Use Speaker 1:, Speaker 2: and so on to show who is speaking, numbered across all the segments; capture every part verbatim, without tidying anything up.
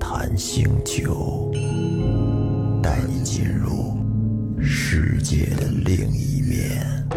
Speaker 1: 谈星球，带你进入世界的另一面。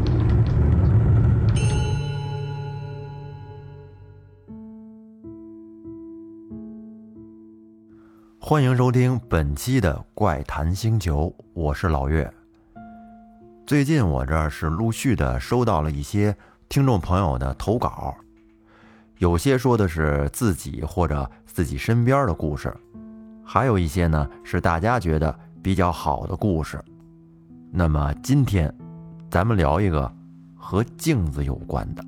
Speaker 1: 欢迎收听本期的怪谈星球，我是老岳。最近我这儿是陆续的收到了一些听众朋友的投稿，有些说的是自己或者自己身边的故事，还有一些呢是大家觉得比较好的故事。那么今天咱们聊一个和镜子有关的。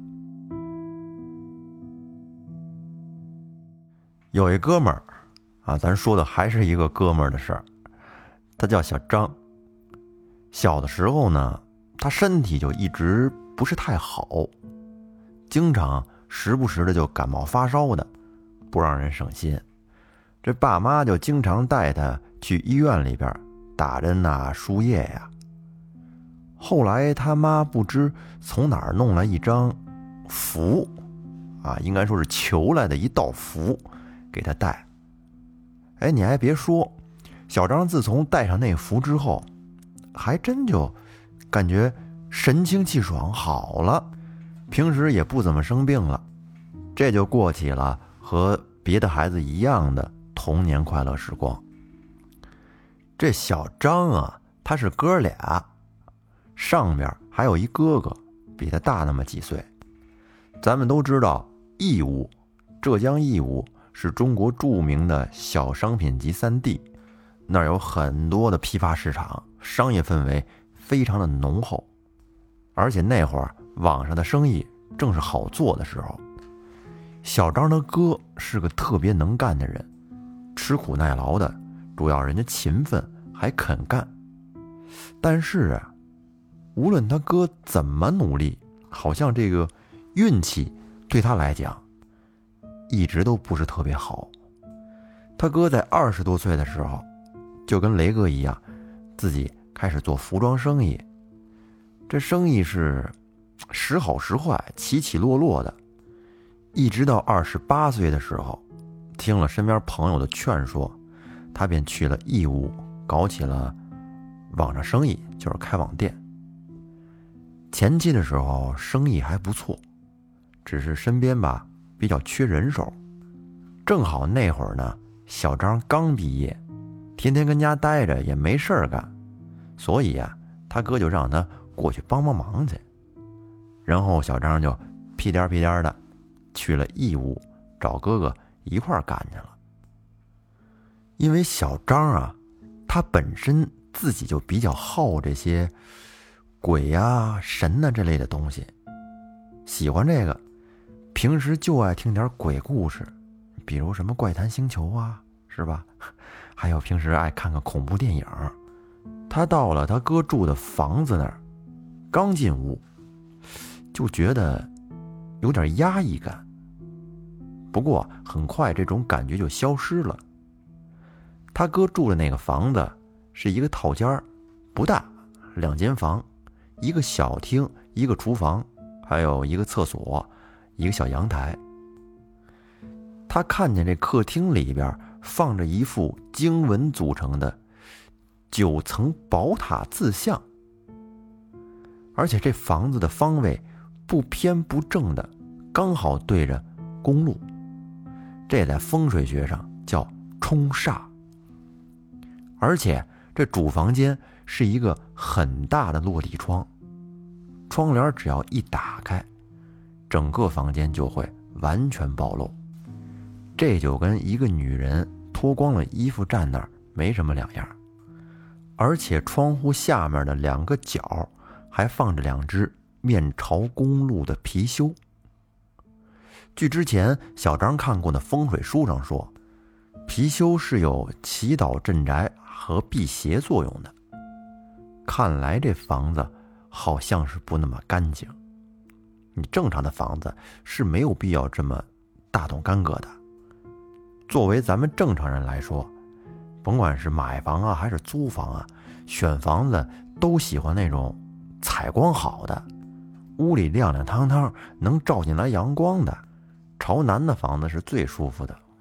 Speaker 1: 有一哥们儿啊，咱说的还是一个哥们儿的事儿，他叫小张。小的时候呢，他身体就一直不是太好，经常时不时的就感冒发烧的，不让人省心。这爸妈就经常带他去医院里边打针呐、输液呀。后来他妈不知从哪儿弄来一张符啊，应该说是求来的一道符给他戴。哎，你还别说，小张自从戴上那符之后，还真就感觉神清气爽，好了，平时也不怎么生病了，这就过起了和别的孩子一样的童年快乐时光。这小张啊，他是哥俩，上边还有一哥哥比他大那么几岁。咱们都知道义乌，浙江义乌是中国著名的小商品集散地，那儿有很多的批发市场，商业氛围非常的浓厚。而且那会儿网上的生意正是好做的时候。小张的哥是个特别能干的人，吃苦耐劳的，主要人家勤奋还肯干。但是啊，无论他哥怎么努力，好像这个运气对他来讲一直都不是特别好。他哥在二十多岁的时候就跟雷哥一样，自己开始做服装生意。这生意是时好时坏，起起落落的。一直到二十八岁的时候，听了身边朋友的劝说，他便去了义乌，搞起了网上生意，就是开网店。前期的时候生意还不错，只是身边吧比较缺人手。正好那会儿呢，小张刚毕业，天天跟家待着也没事儿干，所以啊，他哥就让他过去帮帮忙去。然后小张就屁颠屁颠的去了义乌，找哥哥一块儿干去了。因为小张啊，他本身自己就比较好这些鬼呀、神呐这类的东西，喜欢这个，平时就爱听点鬼故事，比如什么怪谈星球啊，是吧？还有平时爱看看恐怖电影。他到了他哥住的房子那儿，刚进屋就觉得有点压抑感，不过很快这种感觉就消失了。他哥住的那个房子是一个套间，不大，两间房，一个小厅，一个厨房，还有一个厕所，一个小阳台。他看见这客厅里边放着一幅经文组成的九层宝塔字像，而且这房子的方位不偏不正的，刚好对着公路，这在风水学上叫冲煞。而且这主房间是一个很大的落地窗，窗帘只要一打开，整个房间就会完全暴露，这就跟一个女人脱光了衣服站那儿没什么两样。而且窗户下面的两个角还放着两只面朝公路的貔貅。据之前小张看过的风水书上说，貔貅是有祈祷镇宅和辟邪作用的。看来这房子好像是不那么干净，你正常的房子是没有必要这么大动干戈的。作为咱们正常人来说，甭管是买房啊还是租房啊，选房子都喜欢那种采光好的，屋里亮亮堂堂，能照进来阳光的。朝南的房子是最舒服的，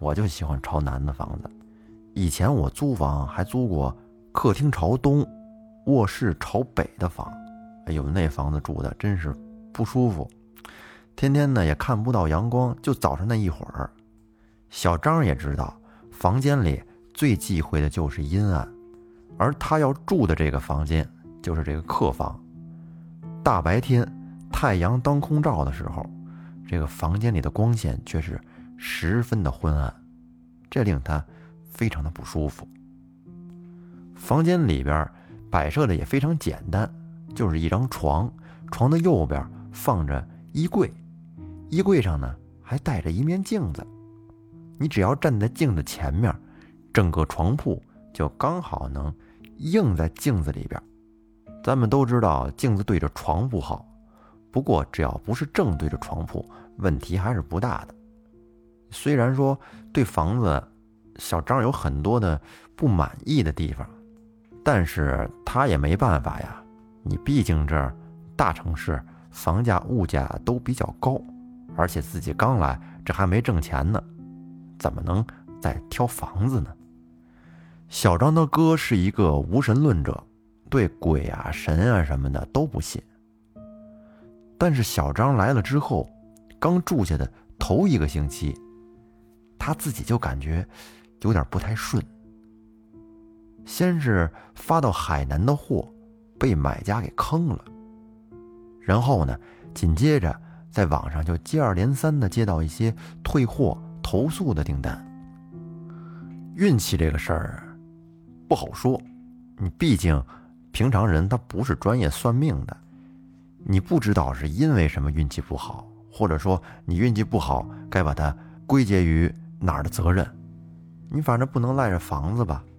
Speaker 1: 我就喜欢朝南的房子。以前我租房还租过客厅朝东、卧室朝北的房，哎呦，那房子住的真是不舒服，天天呢也看不到阳光，就早上那一会儿。小张也知道，房间里最忌讳的就是阴暗，而他要住的这个房间就是这个客房。大白天太阳当空照的时候，这个房间里的光线却是十分的昏暗，这令他非常的不舒服。房间里边摆设的也非常简单，就是一张床，床的右边放着衣柜，衣柜上呢还带着一面镜子。你只要站在镜子前面，整个床铺就刚好能映在镜子里边。咱们都知道镜子对着床不好，不过只要不是正对着床铺，问题还是不大的。虽然说对房子小张有很多的不满意的地方，但是他也没办法呀，你毕竟这儿大城市房价物价都比较高，而且自己刚来，这还没挣钱呢，怎么能再挑房子呢？小张的哥是一个无神论者，对鬼啊神啊什么的都不信。但是小张来了之后，刚住下的头一个星期，他自己就感觉有点不太顺。先是发到海南的货被买家给坑了，然后呢，紧接着在网上就接二连三的接到一些退货投诉的订单。运气这个事儿不好说，你毕竟平常人他不是专业算命的，你不知道是因为什么运气不好，或者说你运气不好该把它归结于哪儿的责任，你反正不能赖着房子吧。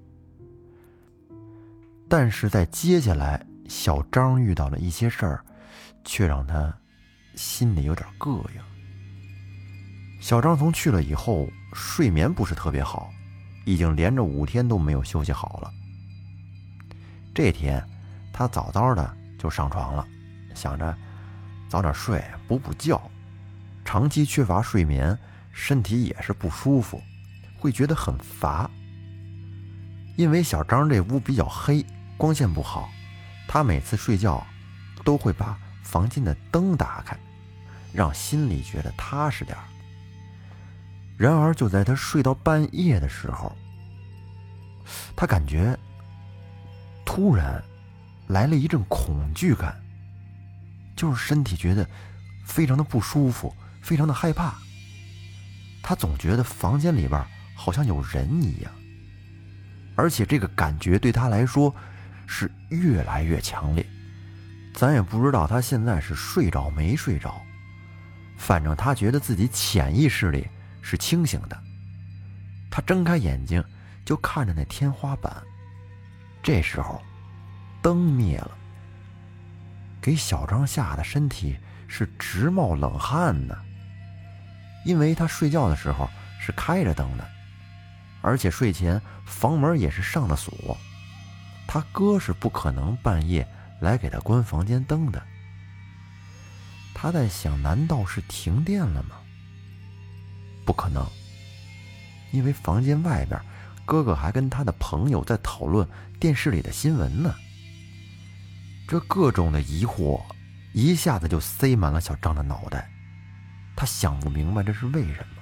Speaker 1: 但是在接下来小张遇到了一些事儿，却让他心里有点膈应。小张从去了以后睡眠不是特别好，已经连着五天都没有休息好了。这天他早早的就上床了，想着早点睡补补觉。长期缺乏睡眠，身体也是不舒服，会觉得很乏。因为小张这屋比较黑，光线不好，他每次睡觉都会把房间的灯打开，让心里觉得踏实点。然而就在他睡到半夜的时候，他感觉突然来了一阵恐惧感，就是身体觉得非常的不舒服，非常的害怕。他总觉得房间里边好像有人一样，而且这个感觉对他来说是越来越强烈。咱也不知道他现在是睡着没睡着，反正他觉得自己潜意识里是清醒的。他睁开眼睛就看着那天花板，这时候灯灭了，给小张吓得身体是直冒冷汗呢。因为他睡觉的时候是开着灯的，而且睡前房门也是上了锁，他哥是不可能半夜来给他关房间灯的。他在想，难道是停电了吗？不可能，因为房间外边哥哥还跟他的朋友在讨论电视里的新闻呢。这各种的疑惑一下子就塞满了小张的脑袋，他想不明白这是为什么。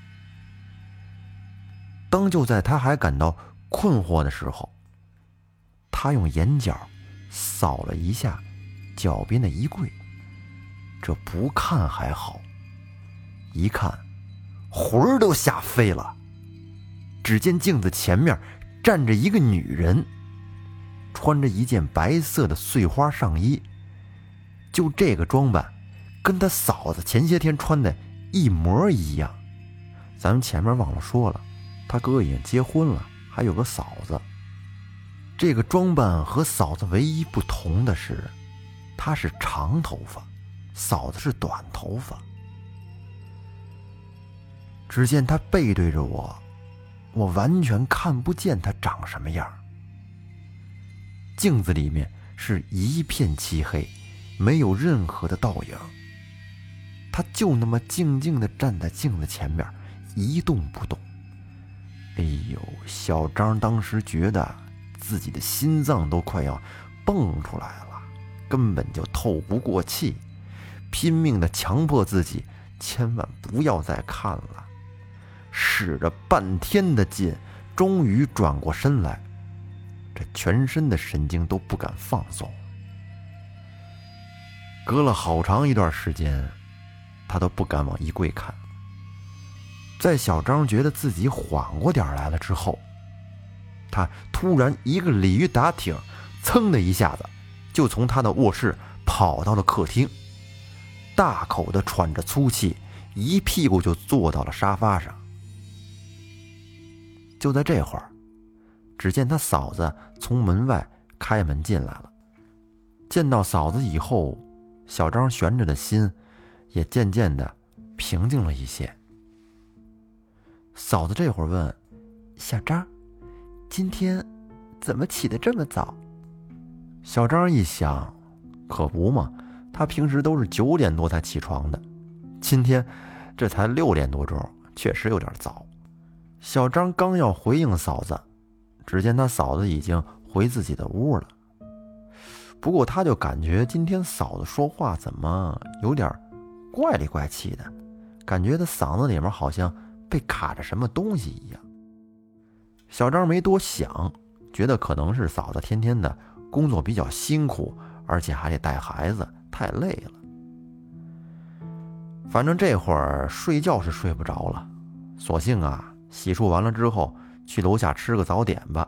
Speaker 1: 当就在他还感到困惑的时候，他用眼角扫了一下脚边的衣柜，这不看还好，一看魂儿都吓飞了。只见镜子前面站着一个女人，穿着一件白色的碎花上衣，就这个装扮跟他嫂子前些天穿的一模一样。咱们前面忘了说了，他哥已经结婚了，还有个嫂子。这个装扮和嫂子唯一不同的是，他是长头发，嫂子是短头发。只见他背对着我，我完全看不见他长什么样。镜子里面是一片漆黑，没有任何的倒影。他就那么静静地站在镜子前面，一动不动， 哎呦，小张当时觉得自己的心脏都快要蹦出来了，根本就透不过气，拼命的强迫自己千万不要再看了，使着半天的劲，终于转过身来，这全身的神经都不敢放松。隔了好长一段时间，他都不敢往衣柜看。在小张觉得自己缓过点来了之后，他突然一个鲤鱼打挺，噌的一下子就从他的卧室跑到了客厅，大口的喘着粗气，一屁股就坐到了沙发上。就在这会儿，只见他嫂子从门外开门进来了。见到嫂子以后，小张悬着的心也渐渐的平静了一些。嫂子这会儿问：“小张，今天怎么起得这么早？”小张一想，可不嘛，他平时都是九点多才起床的，今天这才六点多钟，确实有点早。小张刚要回应嫂子，只见他嫂子已经回自己的屋了。不过他就感觉今天嫂子说话怎么有点怪里怪气的，感觉他嗓子里面好像被卡着什么东西一样。小张没多想，觉得可能是嫂子天天的工作比较辛苦，而且还得带孩子，太累了。反正这会儿睡觉是睡不着了，索性啊，洗漱完了之后去楼下吃个早点吧。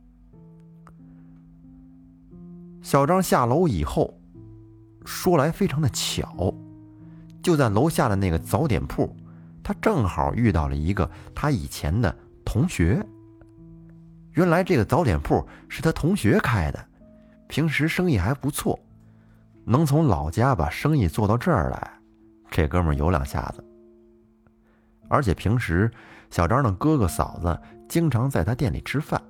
Speaker 1: 小张下楼以后，说来非常的巧，就在楼下的那个早点铺，他正好遇到了一个他以前的同学。原来这个早点铺是他同学开的，平时生意还不错，能从老家把生意做到这儿来，这哥们儿有两下子。而且平时小张的哥哥嫂子经常在他店里吃饭。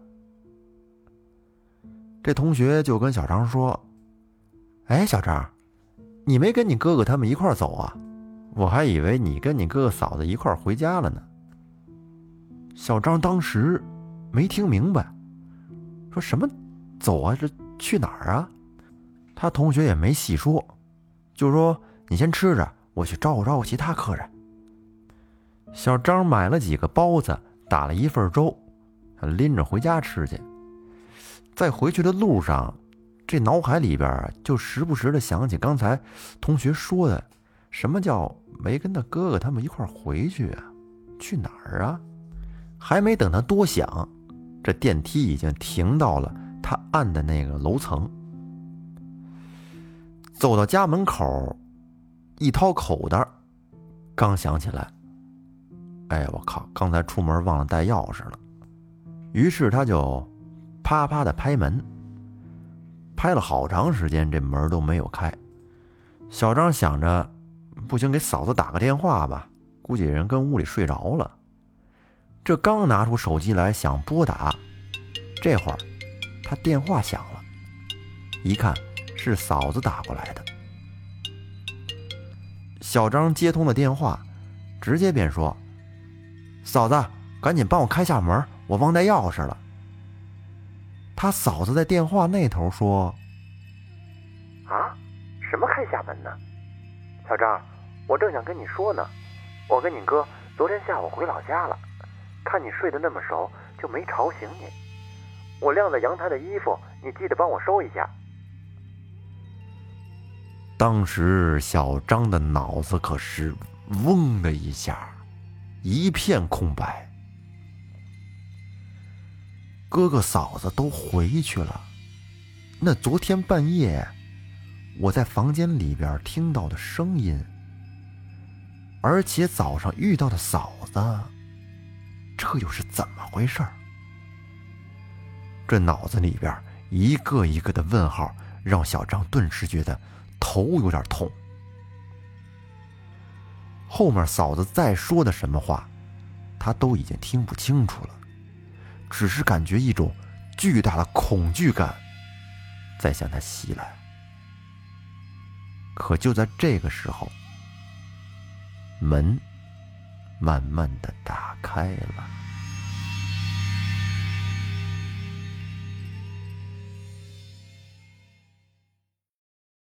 Speaker 1: 这同学就跟小张说：“哎，小张，你没跟你哥哥他们一块儿走啊？我还以为你跟你哥哥嫂子一块儿回家了呢。”小张当时没听明白，说什么走啊，这去哪儿啊？他同学也没细说，就说：“你先吃着，我去招呼招呼其他客人。”小张买了几个包子，打了一份粥，拎着回家吃去。在回去的路上，这脑海里边就时不时的想起刚才同学说的，什么叫没跟他哥哥他们一块回去啊？去哪儿啊？还没等他多想，这电梯已经停到了他按的那个楼层。走到家门口，一掏口袋，刚想起来，哎，我靠，刚才出门忘了带钥匙了。于是他就啪啪的拍门，拍了好长时间，这门都没有开。小张想着，不行，给嫂子打个电话吧，估计人跟屋里睡着了。这刚拿出手机来想拨打，这会儿他电话响了，一看是嫂子打过来的。小张接通了电话，直接便说：“嫂子，赶紧帮我开下门，我忘带钥匙了。”他嫂子在电话那头说：“
Speaker 2: 啊，什么开下门呢？小张，我正想跟你说呢，我跟你哥昨天下午回老家了，看你睡得那么熟，就没吵醒你。我晾在阳台的衣服，你记得帮我收一下。”
Speaker 1: 当时小张的脑子可是嗡的一下，一片空白。哥哥嫂子都回去了，那昨天半夜我在房间里边听到的声音，而且早上遇到的嫂子，这又是怎么回事？这脑子里边一个一个的问号，让小张顿时觉得头有点痛。后面嫂子再说的什么话，他都已经听不清楚了，只是感觉一种巨大的恐惧感在向他袭来。可就在这个时候，门慢慢的打开了。